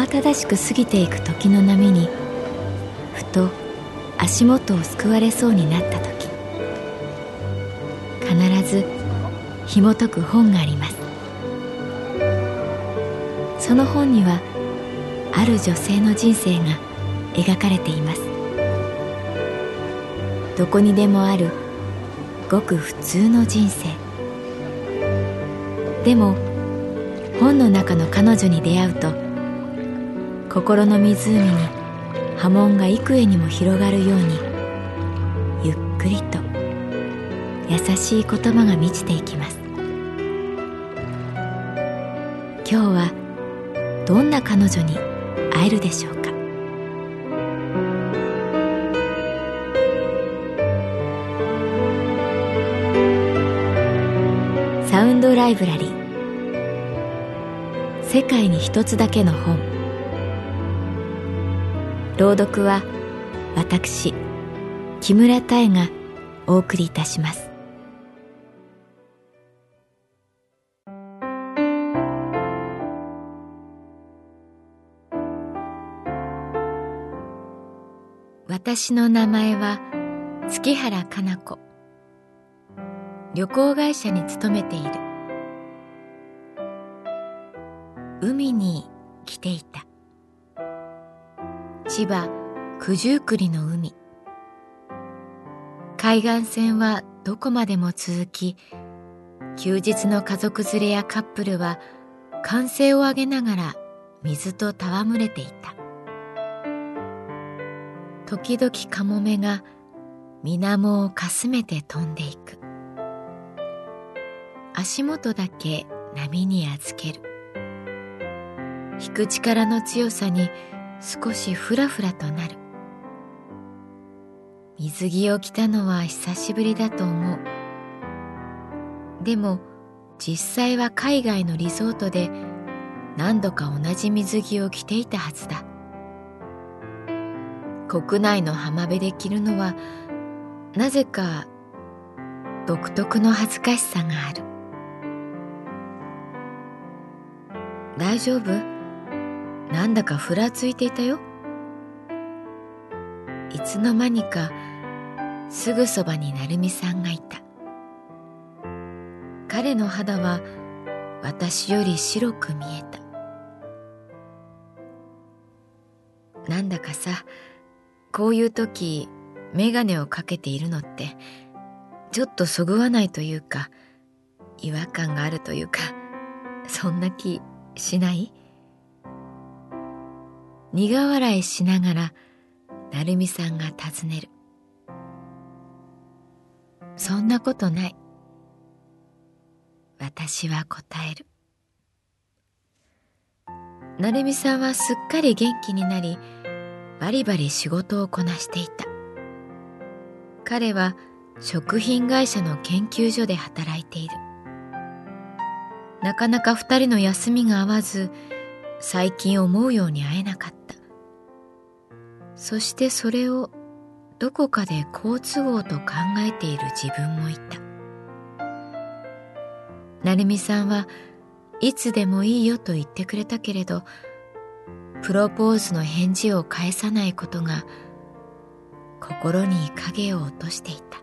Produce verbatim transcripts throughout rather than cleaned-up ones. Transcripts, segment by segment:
慌ただしく過ぎていく時の波にふと足元をすくわれそうになった時、必ず紐解く本があります。その本にはある女性の人生が描かれています。どこにでもあるごく普通の人生でも、本の中の彼女に出会うと心の湖に波紋が幾重にも広がるように、ゆっくりと優しい言葉が満ちていきます。今日はどんな彼女に会えるでしょうか。サウンドライブラリー、世界に一つだけの本。朗読は私木村多江がお送りいたします。私の名前は月原かな子。旅行会社に勤めている。海に来ていた。千葉九十九里の海。海岸線はどこまでも続き、休日の家族連れやカップルは歓声を上げながら水と戯れていた。時々カモメが水面をかすめて飛んでいく。足元だけ波に預ける。引く力の強さに少しフラフラとなる。水着を着たのは久しぶりだと思う。でも実際は海外のリゾートで何度か同じ水着を着ていたはずだ。国内の浜辺で着るのはなぜか独特の恥ずかしさがある。大丈夫？なんだかふらついていたよ。いつの間にかすぐそばに成美さんがいた。彼の肌は私より白く見えた。なんだかさ、こういう時眼鏡をかけているのってちょっとそぐわないというか、違和感があるというか、そんな気しない？苦笑いしながら成美さんが尋ねる。そんなことない。私は答える。成美さんはすっかり元気になり、バリバリ仕事をこなしていた。彼は食品会社の研究所で働いている。なかなか二人の休みが合わず、最近思うように会えなかった。そしてそれをどこかで好都合と考えている自分もいた。成美さんはいつでもいいよと言ってくれたけれど、プロポーズの返事を返さないことが心に影を落としていた。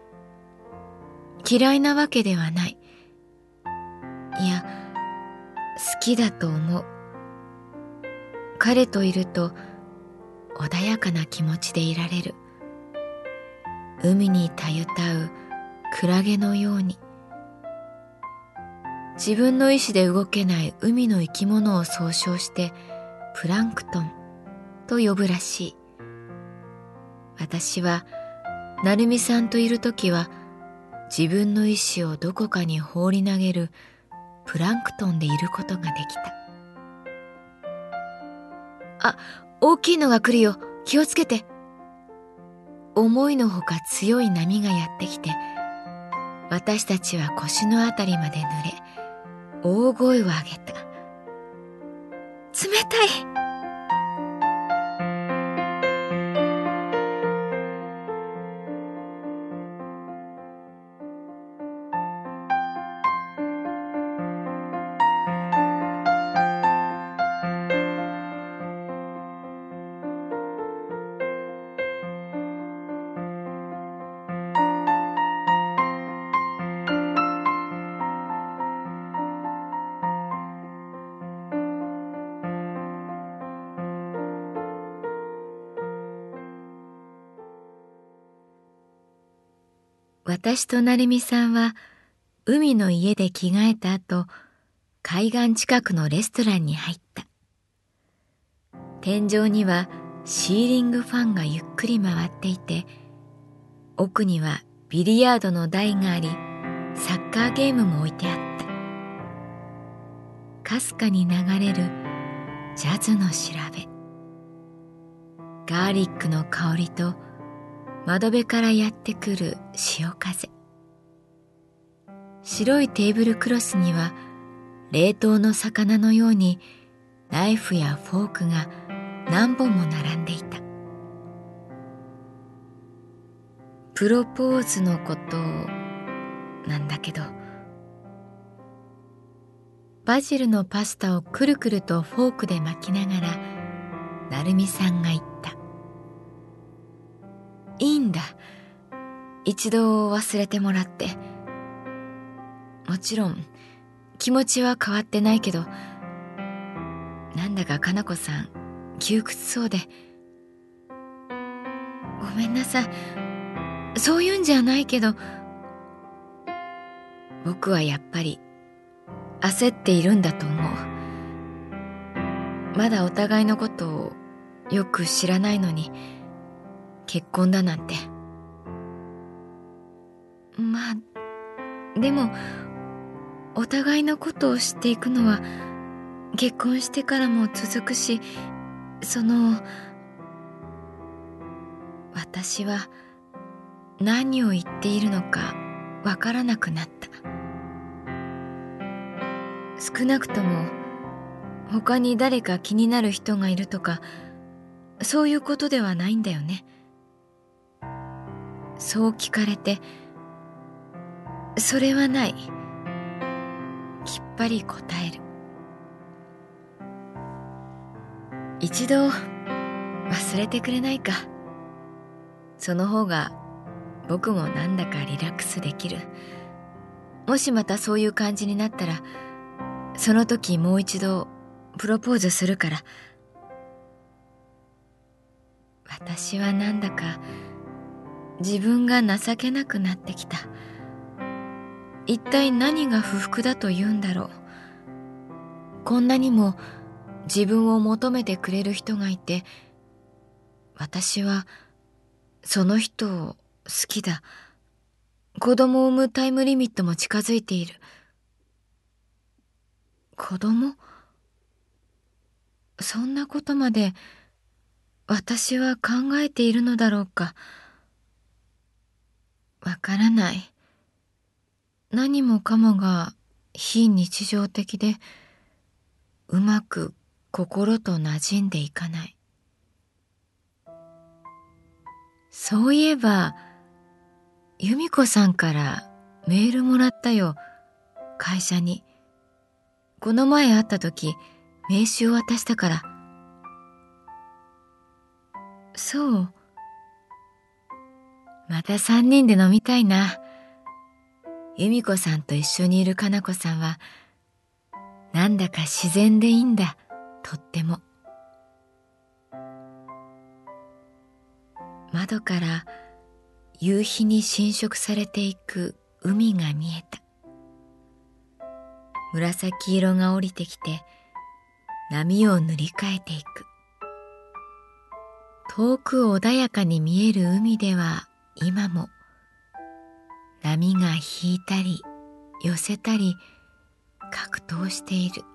嫌いなわけではない。いや、好きだと思う。彼といると穏やかな気持ちでいられる。海にたゆたうクラゲのように。自分の意志で動けない海の生き物を総称してプランクトンと呼ぶらしい。私は成美さんといるときは自分の意志をどこかに放り投げるプランクトンでいることができた。あ、大きいのが来るよ。気をつけて。思いのほか強い波がやってきて、私たちは腰のあたりまで濡れ、大声を上げた。冷たい。 私と成美さんは海の家で着替えた後、海岸近くのレストランに入った。天井にはシーリングファンがゆっくり回っていて、奥にはビリヤードの台があり、サッカーゲームも置いてあった。かすかに流れるジャズの調べ。ガーリックの香りと窓辺からやってくる潮風。白いテーブルクロスには冷凍の魚のようにナイフやフォークが何本も並んでいた。プロポーズのことなんだけど、バジルのパスタをくるくるとフォークで巻きながら、成美さんが言った。いいんだ。一度忘れてもらって。もちろん気持ちは変わってないけど、なんだかかなこさん窮屈そうで。ごめんなさい。そういうんじゃないけど、僕はやっぱり焦っているんだと思う。まだお互いのことをよく知らないのに、結婚だなんて。まあでもお互いのことを知っていくのは結婚してからも続くし、その私は何を言っているのかわからなくなった。少なくとも他に誰か気になる人がいるとか、そういうことではないんだよね。そう聞かれて、それはない。きっぱり答える。一度忘れてくれないか。その方が僕もなんだかリラックスできる。もしまたそういう感じになったら、その時もう一度プロポーズするから。私はなんだか自分が情けなくなってきた。一体何が不服だと言うんだろう。こんなにも自分を求めてくれる人がいて、私はその人を好きだ。子供を産むタイムリミットも近づいている。子供？そんなことまで私は考えているのだろうか。わからない。何もかもが非日常的で、うまく心と馴染んでいかない。そういえば、由美子さんからメールもらったよ。会社に。この前会った時、名刺を渡したから。そう。また三人で飲みたいな。由美子さんと一緒にいるかなこさんは、なんだか自然でいいんだ。とっても。窓から夕日に侵食されていく海が見えた。紫色が降りてきて波を塗り替えていく。遠く穏やかに見える海では今も波が引いたり寄せたり格闘している。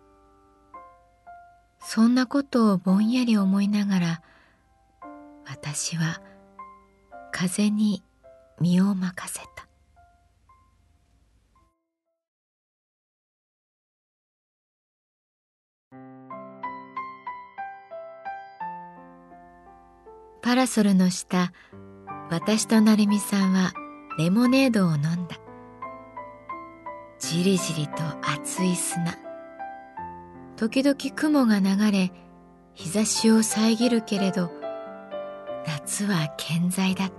そんなことをぼんやり思いながら、私は風に身を任せた。パラソルの下、私と成美さんはレモネードを飲んだ。じりじりと熱い砂。時々雲が流れ、日差しを遮るけれど、夏は健在だった。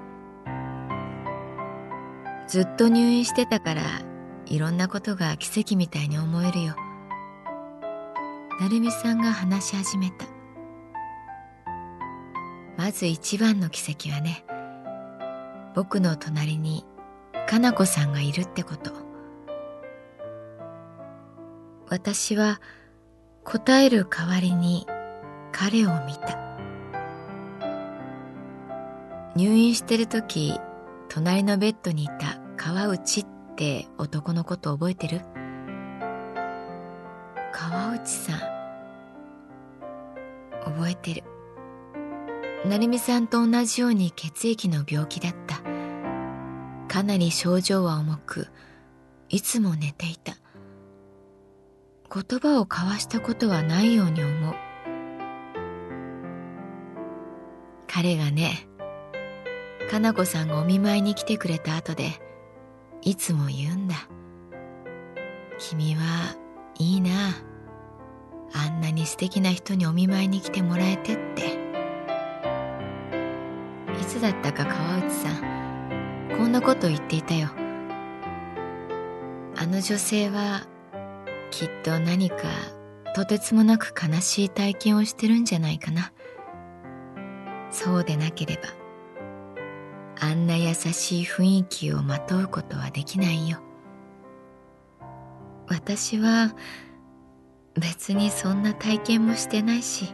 ずっと入院してたから、いろんなことが奇跡みたいに思えるよ。成美さんが話し始めた。まず一番の奇跡はね、 僕の隣にかな子さんがいるってこと。私は答える代わりに彼を見た。入院してる時、隣のベッドにいた川内って男のこと覚えてる？川内さん。覚えてる。成美さんと同じように血液の病気だった。かなり症状は重く、いつも寝ていた。言葉を交わしたことはないように思う。彼がね、かな子さんがお見舞いに来てくれた後で、いつも言うんだ。君はいいな。あんなに素敵な人にお見舞いに来てもらえてって。いつだったか川内さん、こんなこと言っていたよ。あの女性は、きっと何かとてつもなく悲しい体験をしてるんじゃないかな。そうでなければ、あんな優しい雰囲気をまとうことはできないよ。私は別にそんな体験もしてないし。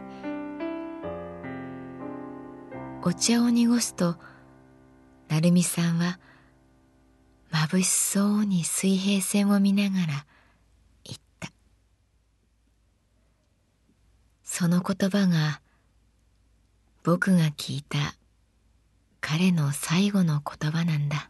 お茶を濁すと、成美さんは眩しそうに水平線を見ながら言った。その言葉が僕が聞いた彼の最後の言葉なんだ。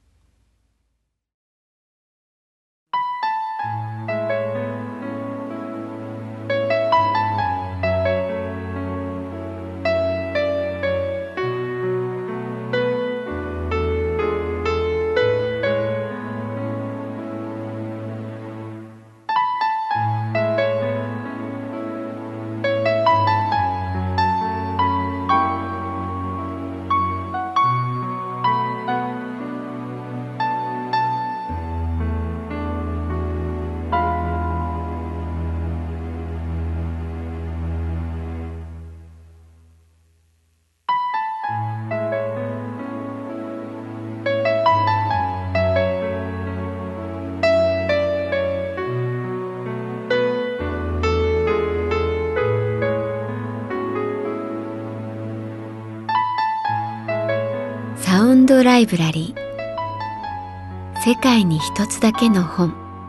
サウンドライブラリー、世界に一つだけの本。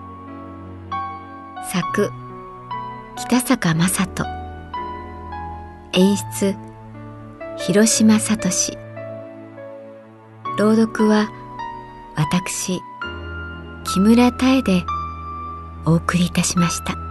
作北坂雅人、演出広島聡、朗読は私木村多江でお送りいたしました。